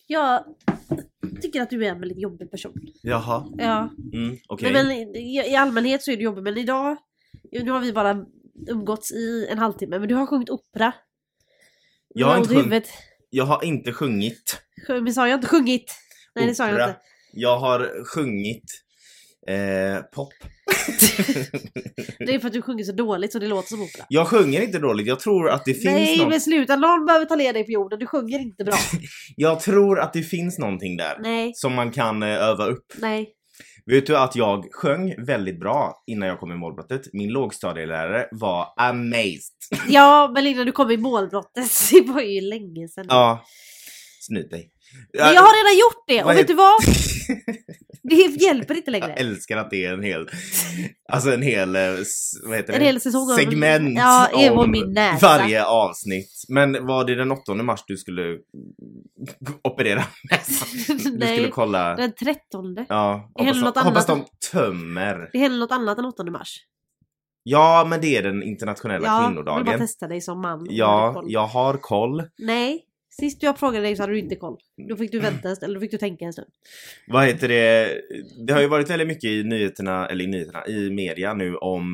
Jag tycker att du är en väldigt jobbig person. Jaha. Ja. Okej. Men i allmänhet så är det jobbigt. Men idag, nu har vi bara umgåtts i en halvtimme. Men du har sjungit opera. Jag har inte sjungit. Men sa jag inte sjungit? Nej, det sa jag inte. Jag har sjungit pop. Det är för att du sjunger så dåligt så det låter som opera. Jag sjunger inte dåligt, jag tror att det finns Nej, men sluta, någon behöver ta ner dig på jorden. Du sjunger inte bra. Jag tror att det finns någonting där. Nej. Som man kan öva upp. Nej. Vet du att jag sjöng väldigt bra innan jag kom i målbrottet? Min lågstadielärare var amazed. Ja, men innan du kom i målbrottet, det var ju länge sedan. Ja, snyt dig. Men jag har redan gjort det, och vet du vad? Det hjälper inte längre. Jag älskar att det är en hel, alltså en hel, vad heter det? En hel säsong segment om min näsa. Varje avsnitt. Men var det den 8 mars du skulle operera näsan? Du skulle kolla. Den 13. Ja, det hoppas de tömmer. Det händer något annat än 8 mars. Ja, men det är den internationella kvinnodagen. Jag vill bara testa dig som man. Ja, jag har koll. Nej. Sist jag frågade dig så hade du inte koll. Då fick du vänta eller då fick du tänka en stund. Vad heter det? Det har ju varit väldigt mycket i i media nu om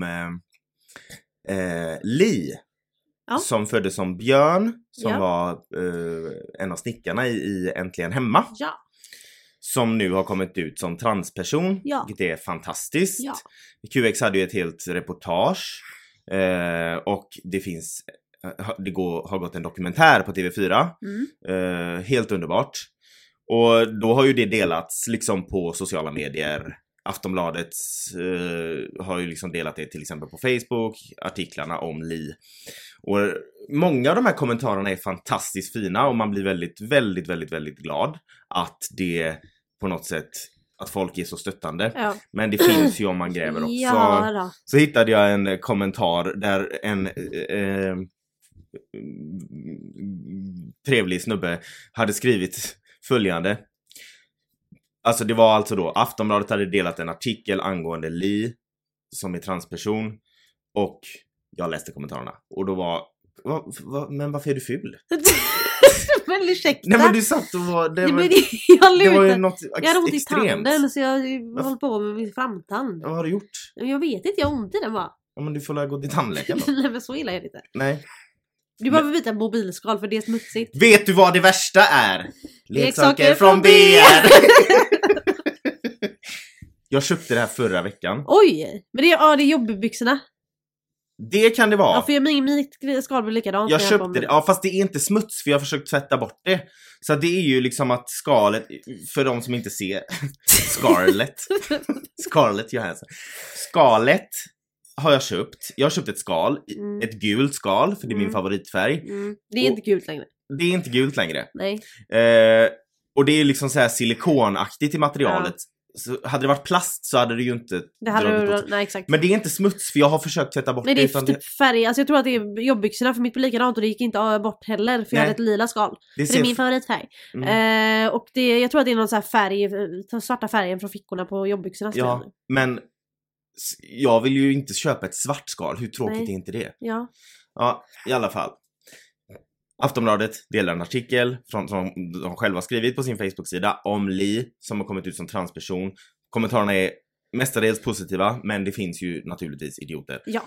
Li. Ja. Som föddes som Björn. Som var en av snickarna i Äntligen Hemma. Ja. Som nu har kommit ut som transperson. Ja. Vilket är fantastiskt. Ja. QX hade ju ett helt reportage. Och det finns... har gått en dokumentär på TV4. Helt underbart. Och då har ju det delats liksom på sociala medier. Aftonbladet har ju liksom delat det till exempel på Facebook. Artiklarna om Li. Och många av de här kommentarerna är fantastiskt fina. Och man blir väldigt, väldigt, väldigt, väldigt glad att det på något sätt... Att folk är så stöttande. Ja. Men det finns ju om man gräver också. Ja, så hittade jag en kommentar där en... trevlig snubbe hade skrivit följande. Alltså det var alltså då Aftonbladet hade delat en artikel angående Li som är transperson och jag läste kommentarerna och då var men varför är du ful? Men ursäkta. Nej men du satt och var det var ju något jag hade ont i extremt. Tanden så jag höll på med min framtand. Vad har du gjort? Jag vet inte, jag har ont i den va? Ja men du får lägga gå till tandläkaren då. Nej men så illa är det inte. Nej. Du behöver byta mobilskal för det är smutsigt. Vet du vad det värsta är? Leksaker från BR! Jag köpte det här förra veckan. Oj! Men det är jobbbyxorna. Det kan det vara. Ja, för mitt skal blir likadant. Jag köpte det, fast det är inte smuts för jag har försökt tvätta bort det. Så det är ju liksom att skalet, för de som inte ser, Scarlett Johansson. Skalet har jag köpt. Jag har köpt ett skal, ett gult skal, för det är min favoritfärg. Det är inte gult längre. Det är inte gult längre. Nej. Och det är liksom så här silikonaktigt i materialet. Ja. Så hade det varit plast så hade det ju inte nej, exakt. Men det är inte smuts för jag har försökt tvätta bort det. Nej, det är typ färg. Alltså jag tror att det är jobbbyxorna för mitt blir likadant och det gick inte bort heller för jag hade ett lila skal. Det är min favoritfärg. Och jag tror att det är någon så här färg, svarta färgen från fickorna på jobbbyxorna. Ja, men jag vill ju inte köpa ett svart skal. Hur tråkigt är inte det? Ja. Ja, i alla fall. Aftonbladet delar en artikel som de själva skrivit på sin Facebook-sida om Li som har kommit ut som transperson. Kommentarerna är mestadels positiva, men det finns ju naturligtvis idioter. Ja.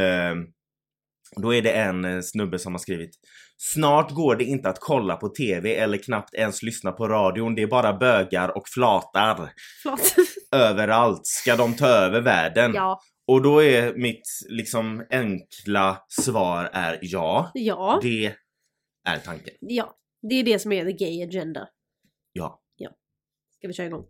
Då är det en snubbe som har skrivit: snart går det inte att kolla på TV eller knappt ens lyssna på radion. Det är bara bögar och flatar. Överallt ska de ta över världen. Ja. Och då är mitt liksom enkla svar är ja. Ja. Det är tanken. Ja, det är det som är the gay agenda. Ja. Ska vi köra igång?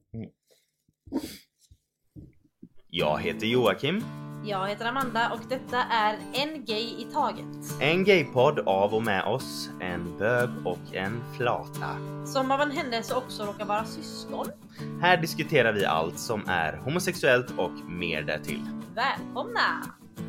Jag heter Joakim. Jag heter Amanda och detta är En Gay i Taget. En gaypodd av och med oss, en bög och en flata. Som av en händelse också råkar vara syskon. Här diskuterar vi allt som är homosexuellt och mer därtill. Välkomna!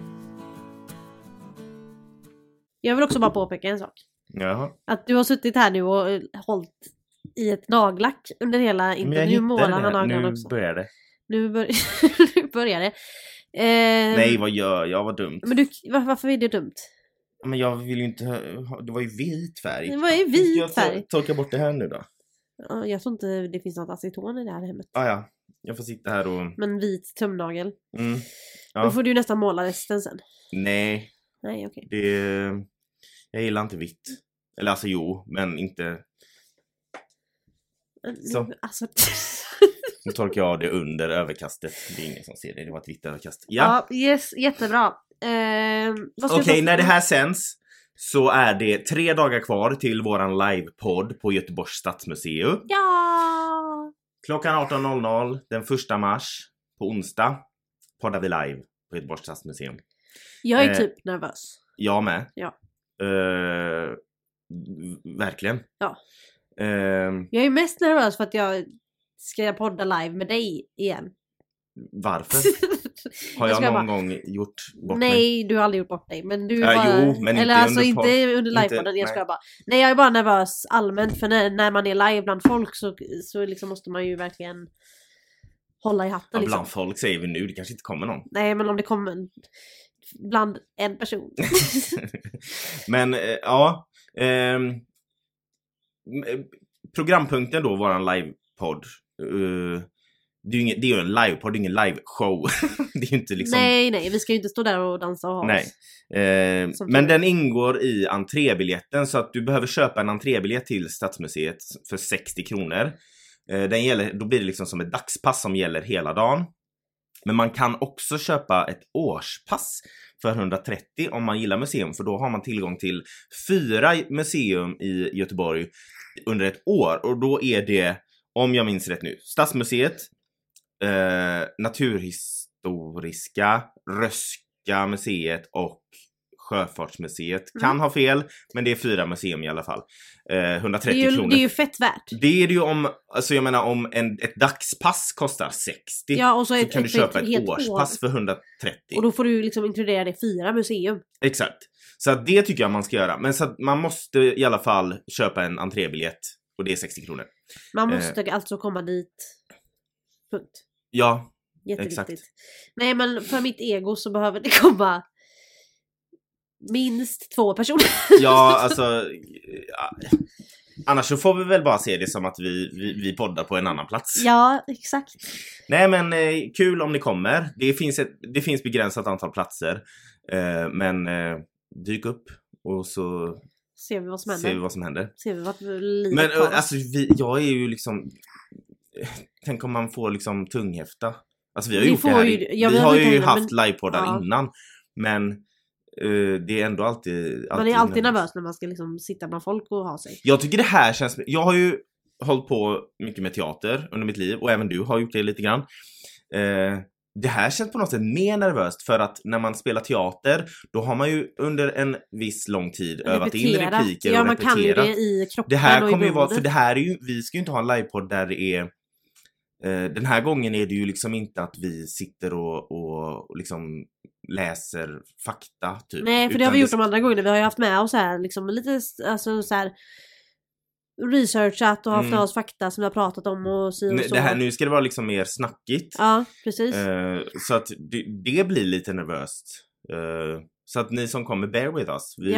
Jag vill också bara påpeka en sak. Jaha. Att du har suttit här nu och hållit i ett naglack under hela intervjun. Nu börjar det. Nu börjar det. Nej, vad gör jag? Vad dumt. Men varför är det dumt? Men jag vill ju inte det var ju vit färg. Det var ju vit färg. Jag torka bort det här nu då. Ja, jag tror inte det finns något aceton i det här hemmet. Ja. Jag får sitta här och... Men vit tumnagel. Ja. Då får du nästan måla resten sen. Nej, okej. Jag gillar inte vitt. Eller alltså jo, men inte... Så. Alltså... Nu tolkar jag det under överkastet. Det är ingen som ser det, det var ett vitt överkast. Ja, yes, jättebra. Okej, när det här sänds så är det 3 dagar kvar till våran livepodd på Göteborgs stadsmuseum. Ja! Klockan 18.00 den 1 mars på onsdag poddar vi live på Göteborgs stadsmuseum. Jag är typ nervös. Jag med. Ja. Verkligen. Ja. Jag är mest nervös för att jag ska podda live med dig igen. Varför? Har jag någon gång gjort bort mig? Nej, du har aldrig gjort bort dig. Men du bara... Jo, men eller alltså inte under livepodden. Jag ska bara... Nej, jag är bara nervös allmänt. För när man är live bland folk så liksom måste man ju verkligen hålla i hatten. Ja, liksom. bland folk säger vi nu. Det kanske inte kommer någon. Nej, men om det kommer bland en person. Men ja... programpunkten då, våran livepodd. Det är ju en livepodd, det är ingen liveshow. Det är ju inte liksom... Nej, vi ska ju inte stå där och dansa och ha Nej. oss. Men den ingår i entrébiljetten, så att du behöver köpa en entrébiljett till Stadsmuseet för 60 kronor. Då blir det liksom som ett dagspass som gäller hela dagen. Men man kan också köpa ett årspass för 130 om man gillar museum, för då har man tillgång till 4 museum i Göteborg under ett år. Och då är det, om jag minns rätt nu, Stadsmuseet, Naturhistoriska, Röska museet och Sjöfartsmuseet. Kan ha fel, men det är 4 museum i alla fall. 130 kronor. Det är ju fett värt. Det är det ju om, alltså jag menar om ett dagspass kostar 60. Ja, och så kan du köpa ett årspass för 130. Och då får du liksom inkludera det 4 museum. Exakt. Så att det tycker jag man ska göra. Men så att man måste i alla fall köpa en entrébiljett. Och det är 60 kronor. Man måste alltså komma dit. Punkt. Ja, jätteviktigt. Exakt. Nej, men för mitt ego så behöver det komma minst 2 personer. Ja, alltså ja. Annars så får vi väl bara se det som att vi poddar på en annan plats. Ja, exakt. Nej, men kul om ni kommer. Det finns begränsat antal platser. Men dyk upp och så ser vi vad som händer. Ser vi vad livet men tar. alltså jag är ju liksom, tänk om man får liksom tunghäfta. Alltså vi har gjort det här. Vi har ju haft livepoddar innan. Men det är ändå alltid man är alltid nervös när man ska liksom sitta bland folk och ha sig. Jag tycker det här känns... Jag har ju hållit på mycket med teater under mitt liv. Och även du har gjort det lite grann. Det här känns på något sätt mer nervöst. För att när man spelar teater, då har man ju under en viss lång tid övat in repliker. Ja, och man kan ju det i kroppen. Det här kommer ju vara... För det här är ju... Vi ska ju inte ha en livepodd där det är... Den här gången är det ju liksom inte att vi sitter och liksom läser fakta typ. Nej, för det har vi gjort de andra gångerna. Vi har ju haft med oss här liksom lite alltså så här researchat och haft med oss fakta som vi har pratat om och så. Det här, nu ska det vara liksom mer snackigt. Ja, precis. Så att det blir lite nervöst. Så att ni som kommer, bear with us. Vi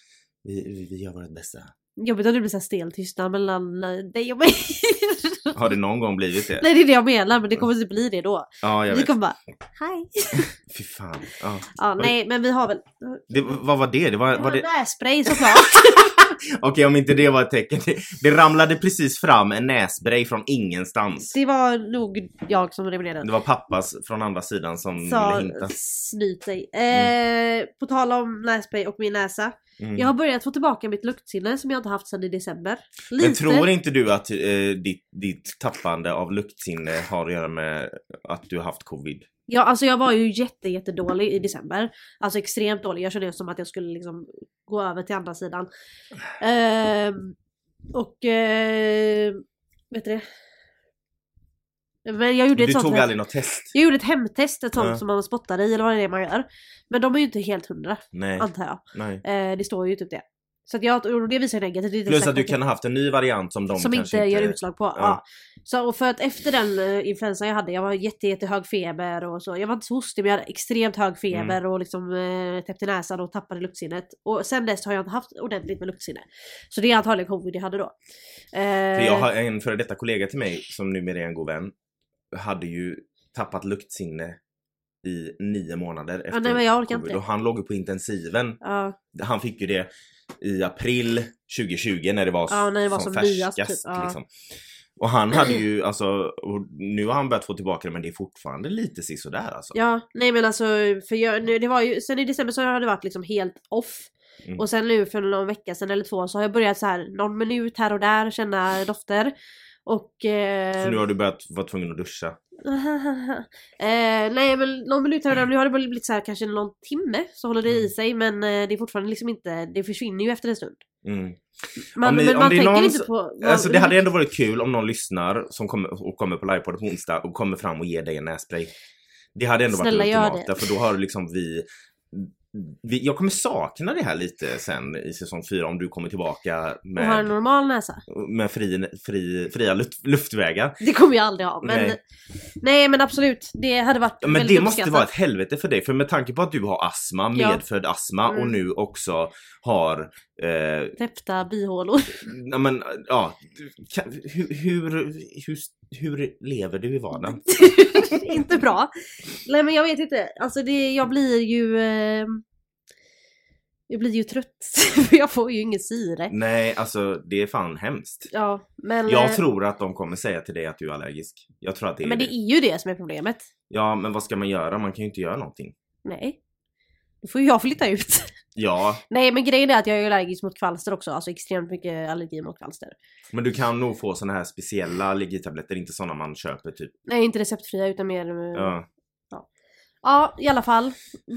gör vårt bästa. Jobbigt att det blir så här steltystnad mellan dig och mig. Har det någon gång blivit det? Nej, det är det jag menar, men det kommer inte bli det då. Ja, jag vet. Vi kommer bara, hej. Fy fan. Ja, nej, men vi har väl... Vad var det? Det var det... nässpray såklart. Okej, om inte det var ett tecken. Det ramlade precis fram en nässpray från ingenstans. Det var nog jag som reviderade. Det var pappas från andra sidan som ville hinta. Snyt dig. På tal om nässpray och min näsa. Jag har börjat få tillbaka mitt luktsinne som jag inte haft sedan i december. Lite. Men tror inte du att ditt tappande av luktsinne har att göra med att du har haft covid? Ja, alltså jag var ju jättedålig i december. Alltså extremt dålig. Jag kände som att jag skulle liksom gå över till andra sidan. Vet du det? Men jag gjorde du tog aldrig något test? Jag gjorde ett hemtest, ett sånt som man spottar i, eller vad det är man gör. Men de är ju inte helt 100, antar jag. Nej. Det står ju typ det. Så att det visar negativt. Plus att du kan ha haft en ny variant som de som kanske inte gör utslag på. Ja. Så och för att efter den influensan jag hade, jag var jättehög feber och så. Jag var inte så hostig men jag hade extremt hög feber och liksom täppte näsan och tappade luktsinnet. Och sen dess har jag inte haft ordentligt med luktsinne. Så det är antagligen covid jag hade då. För jag har en före detta kollega till mig som numera är en god vän. Hade ju tappat luktsinne i 9 månader efter nej, men jag orkar covid. inte. Och han låg ju på intensiven. Han fick ju det i april 2020 när det var, när det var som färskast typ. liksom. Och han hade ju alltså, och nu har han börjat få tillbaka det, men det är fortfarande lite sådär alltså. Ja, nej men alltså för det var ju, sen i december så har det varit liksom helt off. Och sen nu för någon vecka sedan eller 2 så har jag börjat så här någon minut här och där känna dofter. Och så nu har du börjat vara tvungen att duscha. Nej men någon minut här och där, nu har det blivit så här kanske någon timme så håller det i sig, men det är fortfarande liksom inte, det försvinner ju efter en stund. Men man tänker inte på alltså det hade ändå varit kul om någon lyssnar som kommer på livepodd på onsdag och kommer fram och ger dig en nässpray. Det hade ändå varit ultimat, för då har liksom jag kommer sakna det här lite sen i säsong 4 om du kommer tillbaka med, och har en normal näsa med fria luftvägar. Det kommer jag aldrig ha, men nej men absolut, det hade varit men väldigt det måste vara ett helvete för dig, för med tanke på att du har astma, medfödd astma och nu också har täppta bihålor. Ja men ja, hur lever du i vardagen? Inte bra. Nej men jag vet inte. Alltså jag blir ju trött. För jag får ju inget syre. Nej, alltså det är fan hemskt. Ja, men jag tror att de kommer säga till dig att du är allergisk. Jag tror att det är men det är ju det som är problemet. Ja, men vad ska man göra? Man kan ju inte göra någonting. Nej. Då får jag flytta ut. Ja. Nej, men grejen är att jag är allergisk mot kvalster också. Alltså extremt mycket allergi mot kvalster. Men du kan nog få såna här speciella allergitabletter, inte såna man köper typ. Nej, inte receptfria utan mer ja, i alla fall.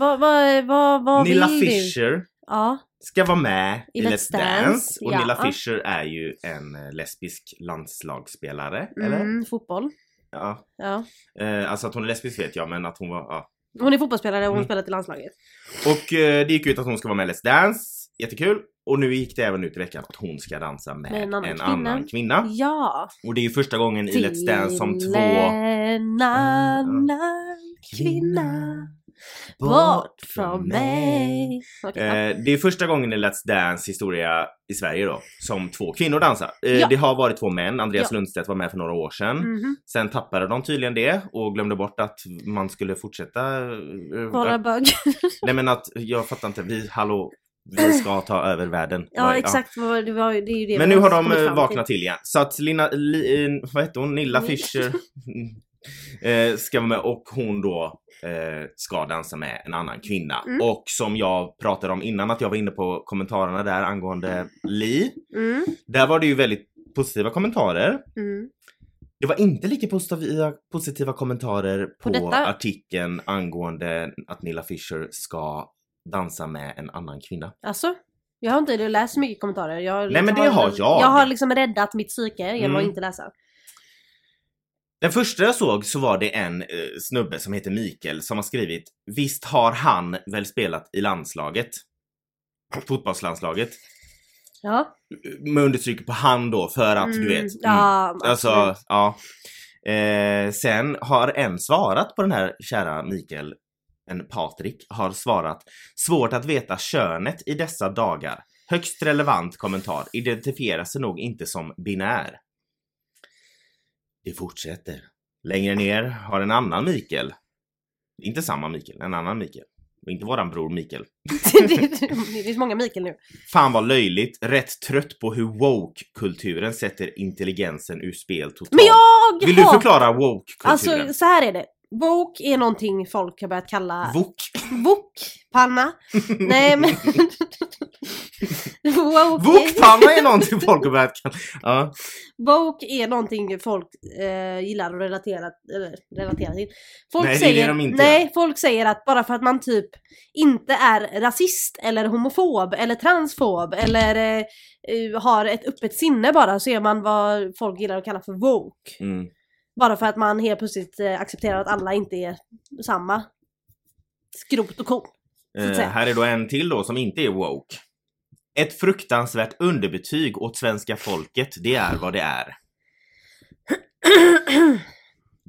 Vad Nilla vill Fisher du? ska vara med i Let's Dance. Och ja. Nilla Fisher är ju en lesbisk landslagsspelare, eller? Fotboll. Ja. Alltså att hon är lesbisk vet jag, men att hon var... Hon är fotbollsspelare och hon spelar till landslaget. Och det gick ut att hon ska vara med i Let's Dance. Jättekul. Och nu gick det även ut i veckan att hon ska dansa med en annan kvinna. Ja. Och det är ju första gången i Let's Dance som 2... en annan kvinna bort från mig. Det är första gången i Let's Dance historia i Sverige då som 2 kvinnor dansar. Det har varit 2 män. Andreas Lundstedt var med för några år sedan. Sen tappade de tydligen det och glömde bort att man skulle fortsätta vara bög. Nej men att jag fattar inte, vi ska ta över världen. Ja, exakt. Det är ju det. Men nu har de vaknat till igen. Så att vad heter hon? Nilla Fisher ska vara med och hon då ska dansa med en annan kvinna. Och som jag pratade om innan, att jag var inne på kommentarerna där angående Li. Där var det ju väldigt positiva kommentarer. Det var inte lika positiva kommentarer på artikeln angående att Nilla Fisher ska dansa med en annan kvinna. Alltså? Jag har inte läst så mycket kommentarer. Nej men det har jag. Jag har liksom räddat mitt psyke genom att inte läsa. Den första jag såg så var det en snubbe som heter Mikael som har skrivit: visst har han väl spelat i landslaget? Fotbollslandslaget. Ja. Med understryk på han då för att du vet. Ja, alltså, ja. Sen har en svarat på den här kära Mikael. En Patrik har svarat: svårt att veta könet i dessa dagar. Högst relevant kommentar. Identifierar sig nog inte som binär. Det fortsätter. Längre ner har en annan Mikael. Inte samma Mikael, en annan Mikael. Och inte våran bror Mikael. Det finns många Mikael nu. Fan vad löjligt. Rätt trött på hur woke-kulturen sätter intelligensen ur spel totalt. Men vill du förklara woke-kulturen? Alltså så här är det. Woke är någonting folk har börjat kalla... Wok-panna. Nej men... Wok-panna är någonting folk har börjat kalla... Ja. Woke är någonting folk gillar att relatera till. Folk nej, säger, det är de inte. Nej, folk säger att bara för att man typ inte är rasist eller homofob eller transfob eller har ett öppet sinne bara, så är man vad folk gillar att kalla för woke. Bara för att man helt plötsligt accepterar att alla inte är samma skrot och korn. Här är då en till då som inte är woke. Ett fruktansvärt underbetyg åt svenska folket. Det är vad det är.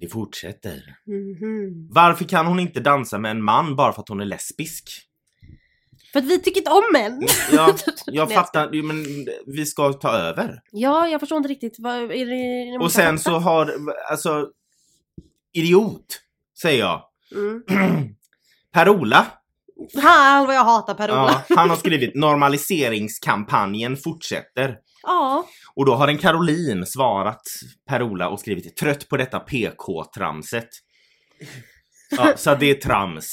det fortsätter. Varför kan hon inte dansa med en man bara för att hon är lesbisk? För att vi tycker inte om män. Ja, jag fattar, men vi ska ta över. Ja, jag förstår inte riktigt. Vad är det? Och sen så har, alltså, idiot, säger jag. Per-Ola. Vad jag hatar Per-Ola. Ja, han har skrivit normaliseringskampanjen fortsätter. Ja. Och då har en Caroline svarat Per-Ola och skrivit trött på detta PK-tramset. Ja, så det är trams.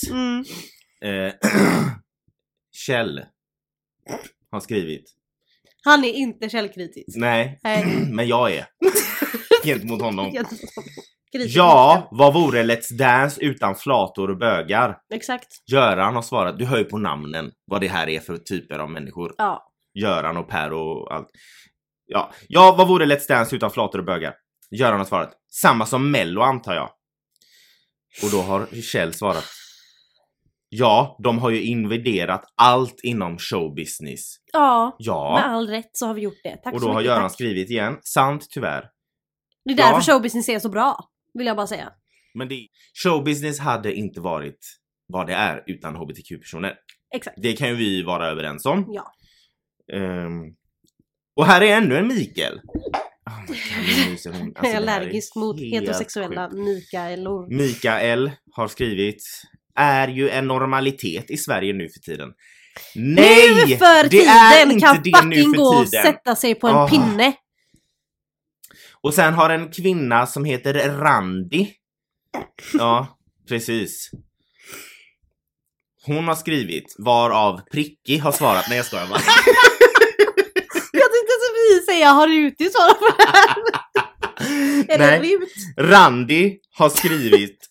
Kjell har skrivit. Han är inte källkritisk. Nej. Men jag är. Gentemot honom. Ja, vad vore Let's Dance utan flator och bögar? Exakt. Göran har svarat, du hör ju på namnen vad det här är för typer av människor. Ja. Göran och Per och allt. Ja, vad vore Let's Dance utan flator och bögar? Göran har svarat, samma som Mello antar jag. Och då har Kjell svarat, ja, de har ju invaderat allt inom showbusiness. Ja, med all rätt så har vi gjort det. Tack och så då mycket, har Göran skrivit igen, sant tyvärr. Det är därför showbusiness är så bra, vill jag bara säga. Men showbusiness hade inte varit vad det är utan hbtq-personer. Exakt. Det kan ju vi vara överens om. Ja. Och här är ännu en Mikael. Jag är allergisk mot heterosexuella Mikaelor. Mikael har skrivit, är ju en normalitet i Sverige nu för tiden. Nej! Nu för det är inte kan det nu fucking för gå och tiden. sätta sig på en pinne. Och sen har en kvinna som heter Randi. Ja, precis. Hon har skrivit, varav Pricky har svarat. Nej, jag skojar bara. Jag tänkte som vi säger, har Ruti svarat på det här? Är det Rut? Randi har skrivit,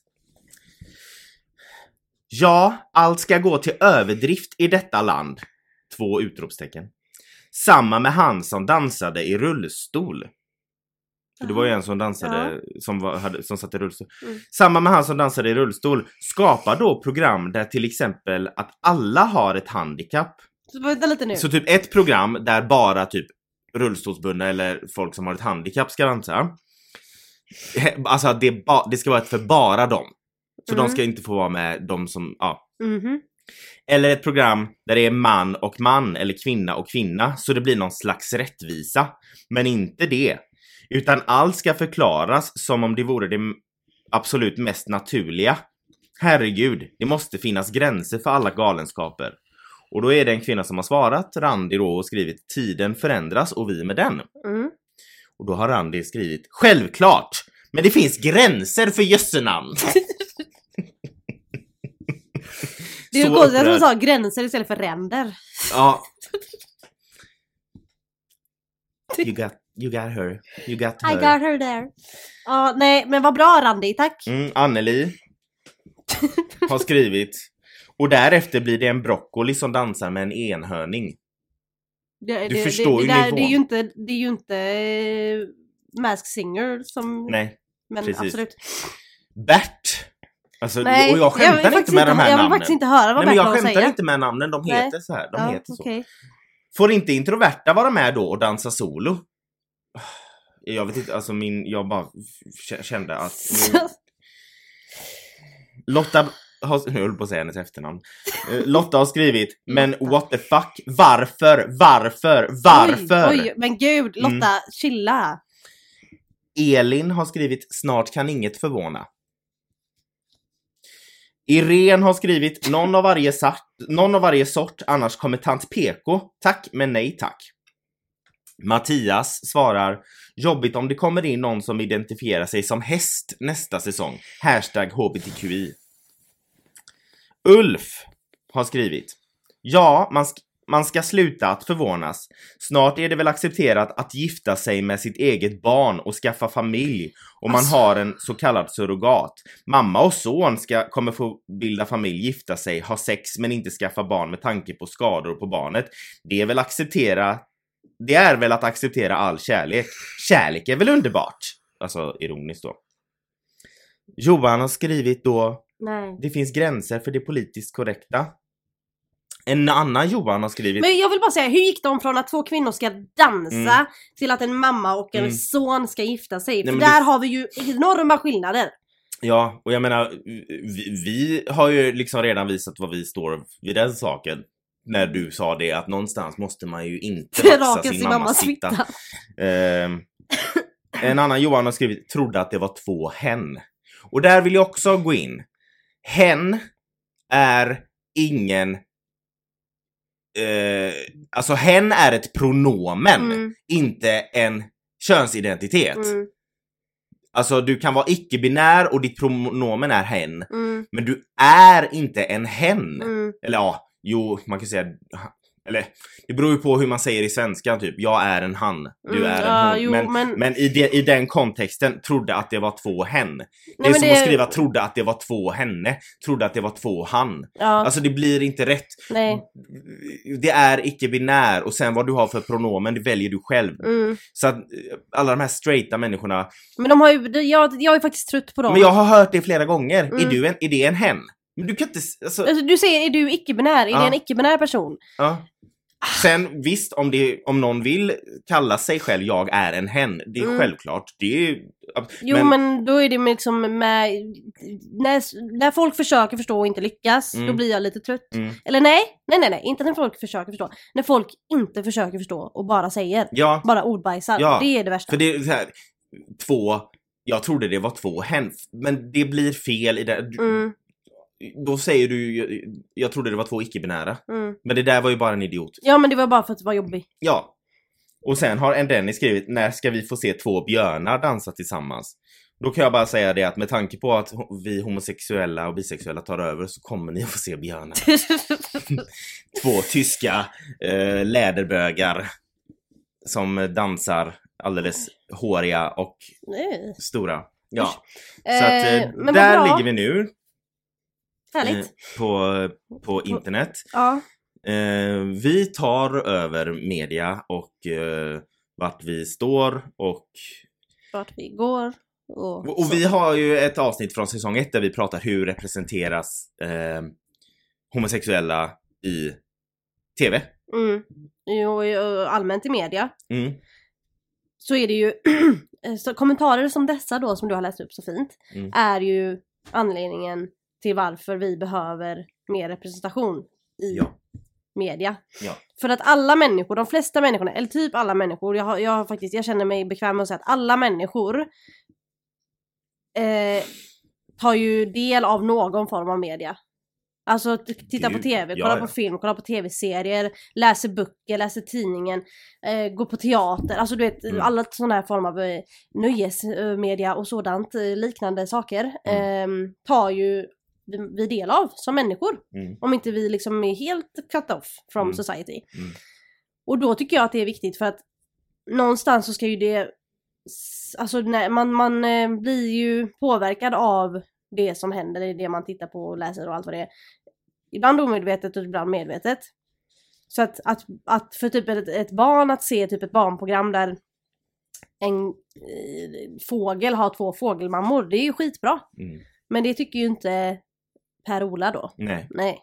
ja, allt ska gå till överdrift i detta land. 2 utropstecken. Samma med han som dansade i rullstol. Det var ju en som dansade som satt i rullstol. Samma med han som dansade i rullstol. Skapar då program där till exempel att alla har ett handikapp. Så typ ett program där bara typ rullstolsbundna eller folk som har ett handikapp ska dansa. Alltså det ska vara för bara dem. Så de ska inte få vara med de som, Eller ett program där det är man och man eller kvinna och kvinna. Så det blir någon slags rättvisa. Men inte det. Utan allt ska förklaras som om det vore det absolut mest naturliga. Herregud, det måste finnas gränser för alla galenskaper. Och då är det en kvinna som har svarat, Randi då, och skrivit, tiden förändras och vi med den. Och då har Randi skrivit, självklart, men det finns gränser för jössenamn. Det är ju konstigt att hon sa gränser istället för ränder. Ja. You got her. You got her. I got her there. Ja, nej, men vad bra Randi, tack. Anneli har skrivit, och därefter blir det en broccoli som dansar med en enhörning. Du förstår ju nivån. Det är ju inte Masked Singer som... Nej, men precis. Absolut. Bert. Alltså, nej, och jag skämtar inte med de här namnen. Jag vill faktiskt inte höra vad Bert har att säga. Jag skämtar inte med namnen, de heter så här. De heter okay. så. Får inte introverta vara med då och dansa solo? Jag vet inte, alltså jag bara kände att... Lotta har... Nu höll på att säga hennes efternamn. Lotta har skrivit, men what the fuck? Varför? Oj, men gud, Lotta, chilla. Elin har skrivit, snart kan inget förvåna. Irene har skrivit, någon av varje sort, annars kommer tant PK. Tack, men nej tack. Mattias svarar, jobbigt om det kommer in någon som identifierar sig som häst nästa säsong. #HBTQI. Ulf har skrivit, ja, man ska sluta att förvånas. Snart är det väl accepterat att gifta sig med sitt eget barn och skaffa familj. Och man har en så kallad surrogat. Mamma och son kommer få bilda familj, gifta sig, ha sex men inte skaffa barn med tanke på skador på barnet. Det är väl att acceptera all kärlek. Kärlek är väl underbart? Alltså ironiskt då. Johan har skrivit då, nej, det finns gränser för det politiskt korrekta. En annan Johan har skrivit... Men jag vill bara säga, hur gick de från att 2 kvinnor ska dansa till att en mamma och en son ska gifta sig? För där har vi ju enorma skillnader. Ja, och jag menar, vi har ju liksom redan visat vad vi står vid den saken. När du sa det, att någonstans måste man ju inte vaxa sin mammas fitta. En annan Johan har skrivit, trodde att det var 2 hen. Och där vill jag också gå in. Hen är ingen... alltså hen är ett pronomen, inte en könsidentitet. Alltså du kan vara icke-binär och ditt pronomen är hen. Men du är inte en hen. Eller ja, jo, man kan säga... Eller, det beror ju på hur man säger i svenskan typ. Jag är en han, du är en hon. Jo, men i den kontexten trodde att det var 2 hen. Det är som att skriva trodde att det var 2 henne. Trodde att det var 2 han. Alltså det blir inte rätt. Nej. Det är icke-binär. Och sen vad du har för pronomen, det väljer du själv. Så att alla de här straighta människorna. Men de har ju, jag är faktiskt trött på dem. Men jag har hört det flera gånger. Är det en hen? Men du kan inte... Alltså, du säger, är du icke-binär? Är det en icke-binär person? Ja. Sen visst, om någon vill kalla sig själv jag är en hen, det är självklart. Det är, jo, men då är det liksom med när folk försöker förstå och inte lyckas, då blir jag lite trött. Eller nej, inte när folk försöker förstå. När folk inte försöker förstå och bara säger, bara ordbajsar, det är det värsta. För det är så här, 2, jag trodde det var 2 hen, men det blir fel i det. Då säger du, jag trodde det var 2 icke-binära. Men det där var ju bara en idiot. Ja, men det var bara för att det var jobbigt. Ja. Och sen har en Denny skrivit, när ska vi få se 2 björnar dansa tillsammans? Då kan jag bara säga det att med tanke på att vi homosexuella och bisexuella tar över, så kommer ni att få se björnar. 2 tyska läderbögar som dansar alldeles håriga och stora. Ja. Så att där ligger vi nu. Härligt. På internet. Ja. Vi tar över media och vart vi står och vart vi går. Och vi har ju ett avsnitt från säsong 1 där vi pratar hur representeras homosexuella i tv. Jo, allmänt i media. Så är det ju så kommentarer som dessa då, som du har läst upp så fint, är ju anledningen till varför vi behöver mer representation i media. Ja. För att alla människor, de flesta människorna, eller typ alla människor, jag känner mig bekväm med att säga att alla människor tar ju del av någon form av media. Alltså titta på tv, kolla på film, kolla på tv-serier, läser böcker, läser tidningen, går på teater, alltså du vet alla sådana här former av nöjesmedia och sådant liknande saker tar ju vi del av som människor. Om inte vi liksom är helt cut off from society. Och då tycker jag att det är viktigt, för att någonstans så ska ju det, alltså när man blir ju påverkad av det som händer, det man tittar på och läser och allt vad det är. Ibland omedvetet och ibland medvetet. Så att för typ ett barn att se typ ett barnprogram där en fågel har 2 fågelmammor, det är ju skitbra. Men det tycker ju inte Per-Ola då. Nej.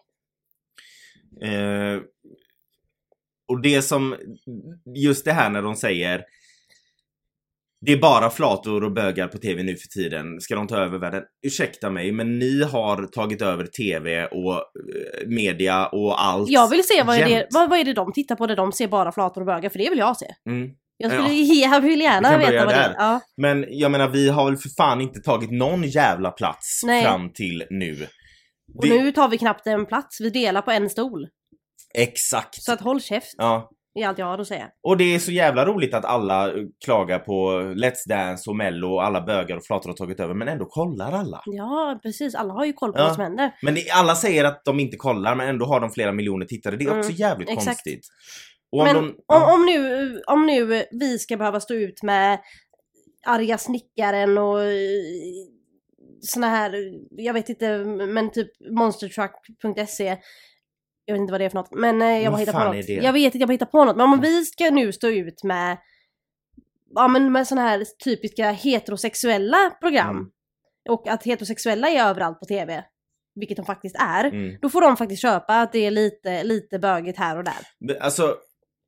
Och det som, just det här när de säger det är bara flator och bögar på tv nu för tiden, ska de ta över världen? Ursäkta mig, men ni har tagit över tv och media och allt. Jag vill se vad är det de tittar på där de ser bara flator och bögar, för det vill jag se. Jag vill gärna veta vad det är. Ja. Men jag menar, vi har väl för fan inte tagit någon jävla plats fram till nu. Och nu tar vi knappt en plats, vi delar på en stol. Exakt. Så att håll käft. Ja. Det är allt jag har att säga. Och det är så jävla roligt att alla klagar på Let's Dance och Mello och alla bögar och flator har tagit över, men ändå kollar alla. Ja, precis. Alla har ju koll på vad som händer. Men alla säger att de inte kollar, men ändå har de flera miljoner tittare. Det är också jävligt konstigt. Och men om nu vi ska behöva stå ut med arga snickaren och såna här, jag vet inte, men typ monstertruck.se, jag vet inte vad det är för något, men jag bara hittar på något. Jag vet att jag bara hittar på något, men om vi ska nu stå ut med med såna här typiska heterosexuella program och att heterosexuella är överallt på tv, vilket de faktiskt är, då får de faktiskt köpa att det är lite bögigt här och där. Alltså,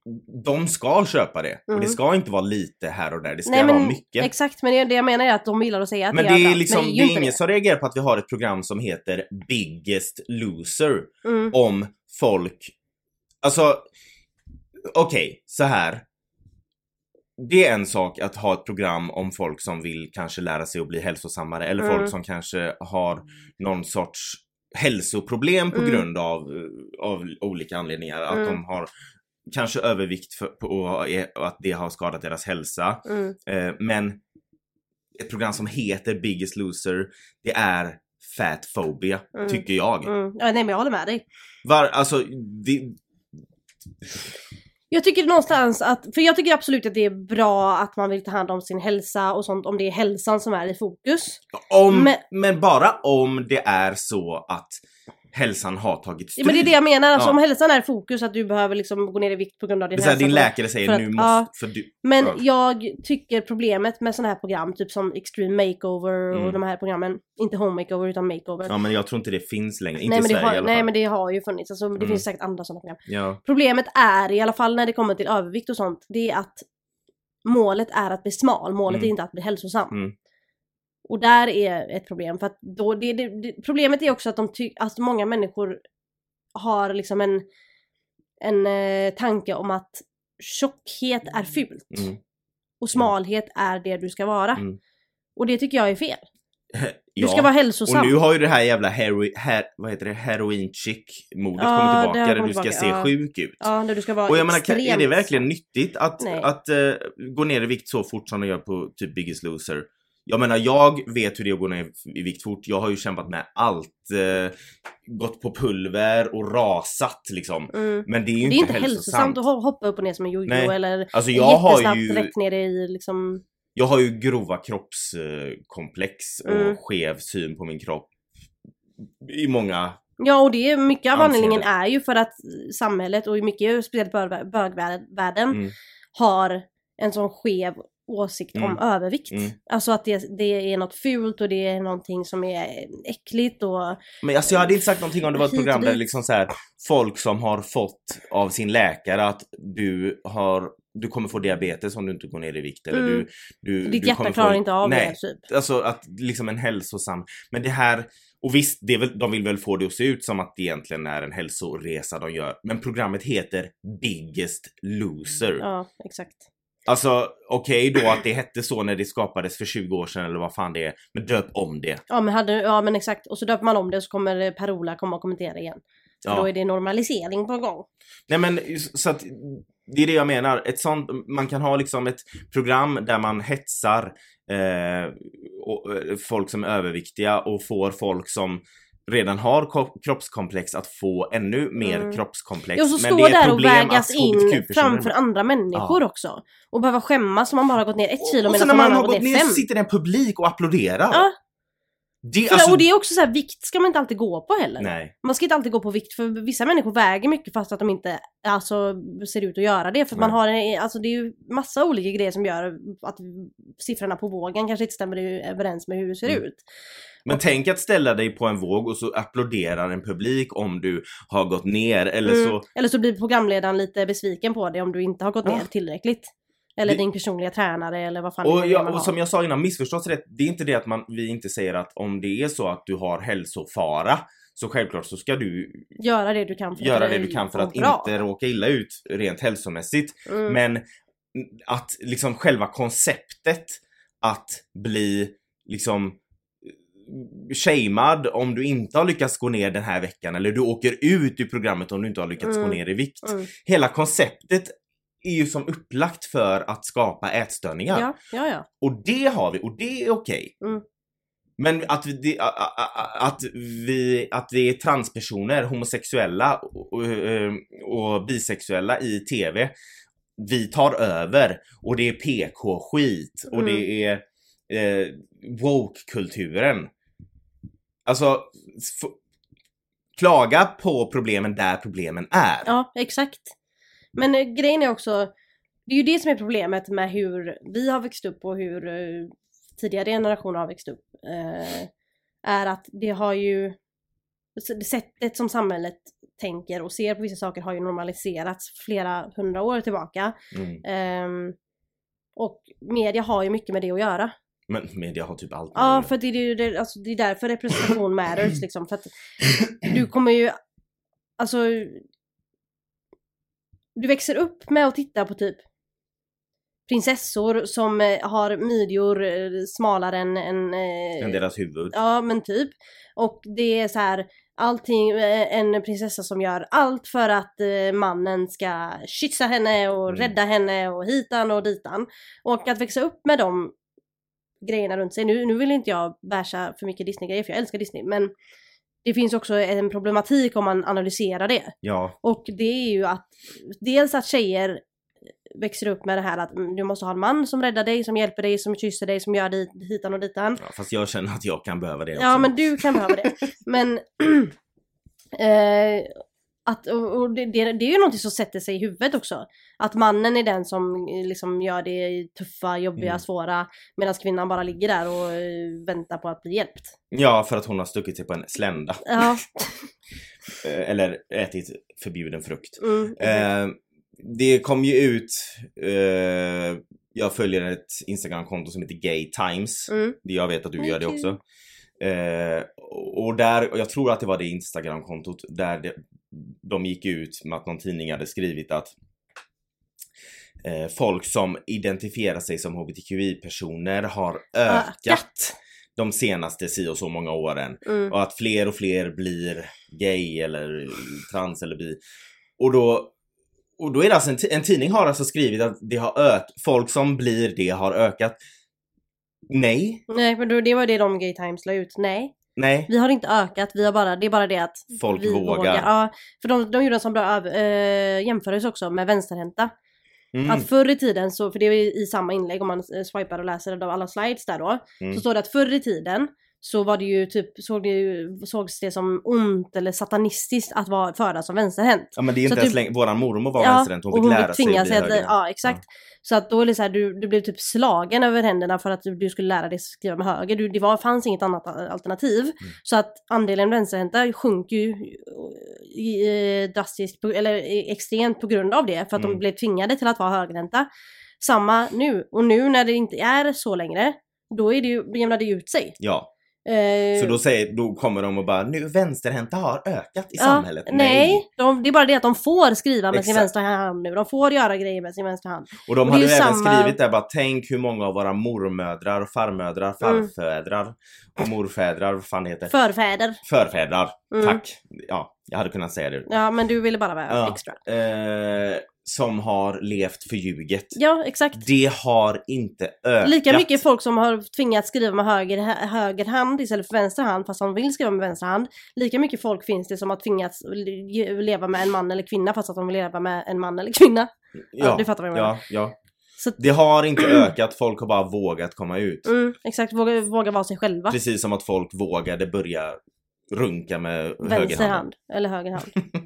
de ska köpa det. Och det ska inte vara lite här och där. Det ska vara mycket. Exakt, men det jag menar är att de gillar att säga att men det är liksom, det är ingen som reagerar på att vi har ett program som heter Biggest Loser. Om folk, alltså okej, så här. Det är en sak att ha ett program om folk som vill kanske lära sig att bli hälsosammare. Eller folk som kanske har någon sorts hälsoproblem på grund av olika anledningar. Att de har kanske övervikt och att det har skadat deras hälsa. Men ett program som heter Biggest Loser, det är fat phobia, tycker jag. Ja, nej, men jag håller med dig. Alltså, jag tycker någonstans att, för jag tycker absolut att det är bra att man vill ta hand om sin hälsa och sånt, om det är hälsan som är i fokus. Men bara om det är så att hälsan har tagit stryk. Men det är det jag menar, alltså om hälsan är i fokus, att du behöver liksom gå ner i vikt på grund av din hälsa. Din läkare säger nu måste... För du, men jag tycker problemet med sådana här program, typ som Extreme Makeover och de här programmen, inte Home Makeover utan Makeover. Ja, men jag tror inte det finns längre, inte i Sverige i alla fall. Nej, men det har ju funnits, alltså det finns säkert andra sådana program. Ja. Problemet är, i alla fall när det kommer till övervikt och sånt, det är att målet är att bli smal, målet är inte att bli hälsosam. Och där är ett problem, för att då problemet är också att att många människor har liksom en tanke om att tjockhet är fult och smalhet är det du ska vara. Och det tycker jag är fel. Du ska vara hälsosam. Och nu har ju det här jävla heroin chick modet kommit tillbaka, där du ska se sjuk ut. Ja, där du ska vara och jag menar, är det verkligen nyttigt att gå ner i vikt så fort som de gör på typ Biggest Loser? Jag menar, jag vet hur det är att gå ner i vikt fort. Jag har ju kämpat med allt. Gått på pulver och rasat liksom. Men det är ju inte hälsosamt att hoppa upp och ner som en jojo. Eller alltså jag har ju rätt ner i liksom... Jag har ju grova kroppskomplex och skev syn på min kropp i många... Ja, och det är mycket av anledningen är ju för att samhället och mycket speciellt bögvärlden har en sån skev åsikt om övervikt. Alltså att det är något fult och det är någonting som är äckligt och... Men alltså jag hade inte sagt någonting om det var ett program där liksom så här, folk som har fått av sin läkare att du kommer få diabetes om du inte går ner i vikt, eller ditt hjärta klarar inte av det typ. Alltså att liksom en hälsosam, men det här, och visst de vill väl få det att se ut som att det egentligen är en hälsoresa de gör, men programmet heter Biggest Loser. Ja, exakt. Alltså okej då att det hette så när det skapades för 20 år sedan eller vad fan det är, men döp om det. Ja men exakt, och så döper man om det och så kommer Per-Ola komma och kommentera igen. Så då är det normalisering på gång. Nej men så att det är det jag menar, ett sånt, man kan ha liksom ett program där man hetsar folk som är överviktiga och får folk som redan har kroppskomplex att få ännu mer kroppskomplex. Ja, så står där och vägas in framför andra människor också. Och behöva skämmas som man bara har gått ner 1 kilo medan när man har gått ner 5. Så sitter det en publik och applåderar. Ja. Och det är också så här, vikt ska man inte alltid gå på heller. Nej. Man ska inte alltid gå på vikt, för vissa människor väger mycket fast att de inte ser ut att göra det. För man har, alltså det är ju massa olika grejer som gör att siffrorna på vågen kanske inte stämmer överens med hur det ser ut. Men tänk att ställa dig på en våg och så applåderar en publik om du har gått ner eller så blir programledaren lite besviken på dig om du inte har gått ner tillräckligt. Eller din personliga tränare eller vad fan och som jag sa innan, missförstås rätt, det är inte det att vi inte säger att om det är så att du har hälsofara, så självklart så ska du göra det du kan för att inte råka illa ut rent hälsomässigt. Men att liksom själva konceptet att bli liksom shamead om du inte har lyckats gå ner den här veckan, eller du åker ut ur programmet om du inte har lyckats gå ner i vikt. Hela konceptet är ju som upplagt för att skapa ätstörningar. Ja. Och det har vi, och det är okej. Men att vi är transpersoner, homosexuella och bisexuella i tv, vi tar över, och det är PK-skit och det är woke-kulturen. Alltså klaga på problemen där problemen är. Ja, exakt. Men grejen är också, det är ju det som är problemet med hur vi har växt upp och hur tidigare generationer har växt upp. Är att det har ju sättet som samhället tänker och ser på vissa saker har ju normaliserats flera 100 år tillbaka. Och media har ju mycket med det att göra. Men media har typ allt. Ja, för det är därför representation matters liksom. För att du kommer ju, alltså, du växer upp med att titta på typ prinsessor som har midjor smalare än deras huvud. Ja, men typ. Och det är så här, allting, en prinsessa som gör allt för att mannen ska kyssa henne och rädda henne och hitan och ditan. Och att växa upp med de grejerna runt sig. Nu vill inte jag bärsa för mycket Disney-grejer, för jag älskar Disney, men det finns också en problematik om man analyserar det. Ja. Och det är ju att dels att tjejer växer upp med det här att du måste ha en man som räddar dig, som hjälper dig, som kysser dig, som gör dig hitan och ditan. Ja, fast jag känner att jag kan behöva det också. Ja, men du kan behöva det. Men och det är ju någonting som sätter sig i huvudet också. Att mannen är den som liksom gör det tuffa, jobbiga, svåra, medan kvinnan bara ligger där och väntar på att bli hjälpt. Ja, för att hon har stuckit sig på en slända. Ja. Eller ätit förbjuden frukt. Det kom ju ut, jag följer ett Instagram-konto som heter Gay Times. Jag vet att du gör det också. Och jag tror att det var det Instagram-kontot där de gick ut med att någon tidning hade skrivit att folk som identifierar sig som hbtqi-personer har ökat de senaste så och så många åren. Och att fler och fler blir gay eller trans eller bi. Och då är det alltså en tidning har alltså skrivit att det har folk som blir det har ökat. Nej, men det var det de Gay Times la ut. Nej. Vi har inte ökat, det är bara det att folk vi vågar. Ja, för de gjorde en sån bra jämförelse också med vänsterhänta. Att förr i tiden, för det är i samma inlägg om man swipar och läser av alla slides där då, så står det att förr i tiden så var det ju typ, sågs det som ont eller satanistiskt att vara född som vänsterhänt. Ja, men det är inte ens länge, våran mormor var vänsterhänt, hon fick lära sig att bli höger. Ja, exakt. Ja. Så att då är det så här, du blev typ slagen över händerna för att du skulle lära dig skriva med höger. Det fanns inget annat alternativ. Så att andelen vänsterhänta sjunker ju drastiskt, eller extremt på grund av det. För att de blev tvingade till att vara högerhänta. Samma nu. Och nu när det inte är så längre, då jämnar det ut sig. Ja. Så då kommer de och bara, nu vänsterhänta har ökat i samhället. Nej. Det är bara det att de får skriva med sin vänstra hand nu. De får göra grejer med sin vänstra hand. Och de hade ju även skrivit där, bara tänk hur många av våra mormödrar, farmödrar, farfädrar och morfädrar, vad fan det heter? Förfädrar. Tack. Ja, jag hade kunnat säga det. Ja, men du ville bara vara extra. Som har levt förljuget. Ja, exakt. Det har inte ökat. Lika mycket folk som har tvingats skriva med höger hand istället för vänster hand, fast de vill skriva med vänster hand. Lika mycket folk finns det som har tvingats leva med en man eller kvinna fast att de vill leva med en man eller kvinna. Ja, du fattar vad jag menar. Ja. Så det har inte ökat, folk har bara vågat komma ut. Exakt, våga vara sig själva. Precis som att folk vågade börja runka med vänster hand eller höger hand.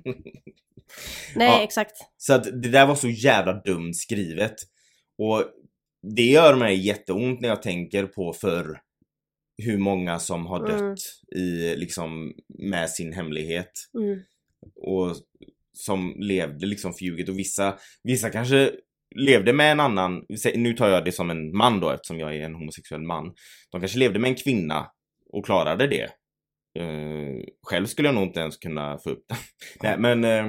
Nej, exakt. Så att det där var så jävla dumt skrivet. Och det gör mig jätteont när jag tänker på för hur många som har dött i liksom med sin hemlighet. Och som levde liksom förljuget. Och vissa kanske levde med en annan, nu tar jag det som en man då eftersom jag är en homosexuell man. De kanske levde med en kvinna och klarade det. Själv skulle jag nog inte ens kunna få upp det. Nej, men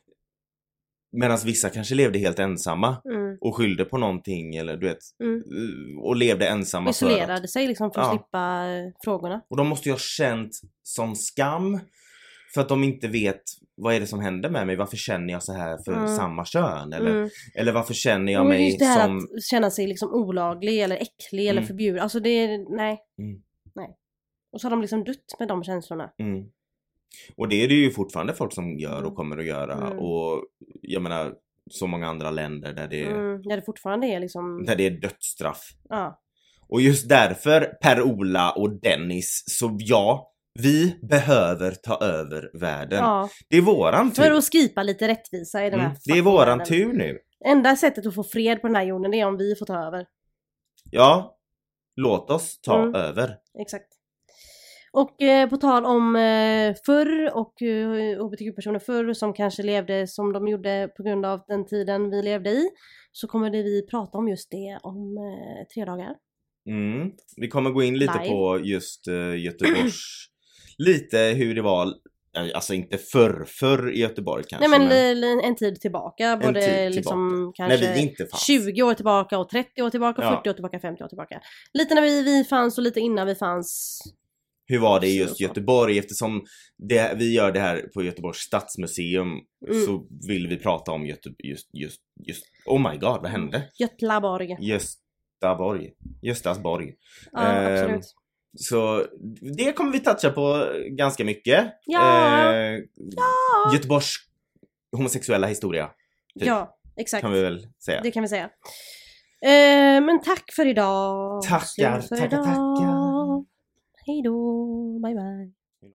medan vissa kanske levde helt ensamma och skyllde på någonting eller du vet och levde ensamma, isolerade sig liksom för att slippa frågorna. Och de måste ju ha känt sån skam för att de inte vet vad är det som händer med mig, varför känner jag så här för samma kön eller varför känner jag mig just det här som att känna sig liksom olaglig eller äcklig eller förbjuden. Alltså det är nej. Och så har de liksom dött med de känslorna. Och det är det ju fortfarande folk som gör och kommer att göra. Och jag menar, så många andra länder där det fortfarande är liksom... Där det är dödsstraff. Ja. Och just därför, Per-Ola och Dennis, så vi behöver ta över världen. Ja. Det är våran tur. För att skipa lite rättvisa i den här det är våran tur nu. Enda sättet att få fred på den här jorden, det är om vi får ta över. Ja, låt oss ta över. Exakt. Och på tal om förr och hbtq-personer förr som kanske levde som de gjorde på grund av den tiden vi levde i, så kommer vi prata om just det om 3 dagar. Vi kommer gå in lite på just Göteborgs, lite hur det var, alltså inte förr i Göteborg kanske. Nej men en tid tillbaka, både tid liksom tillbaka. Kanske när vi inte fanns. 20 år tillbaka och 30 år tillbaka, 40 år tillbaka, 50 år tillbaka. Lite när vi fanns och lite innan vi fanns. Hur var det i just Göteborg? Eftersom vi gör det här på Göteborgs stadsmuseum så vill vi prata om just oh my god, vad hände? Göstaborg. Ja, absolut. Så det kommer vi toucha på ganska mycket. Göteborgs homosexuella historia. Typ. Ja, exakt. Kan vi väl säga. Det kan vi säga. Men tack för idag. Tackar. Hej då, bye bye.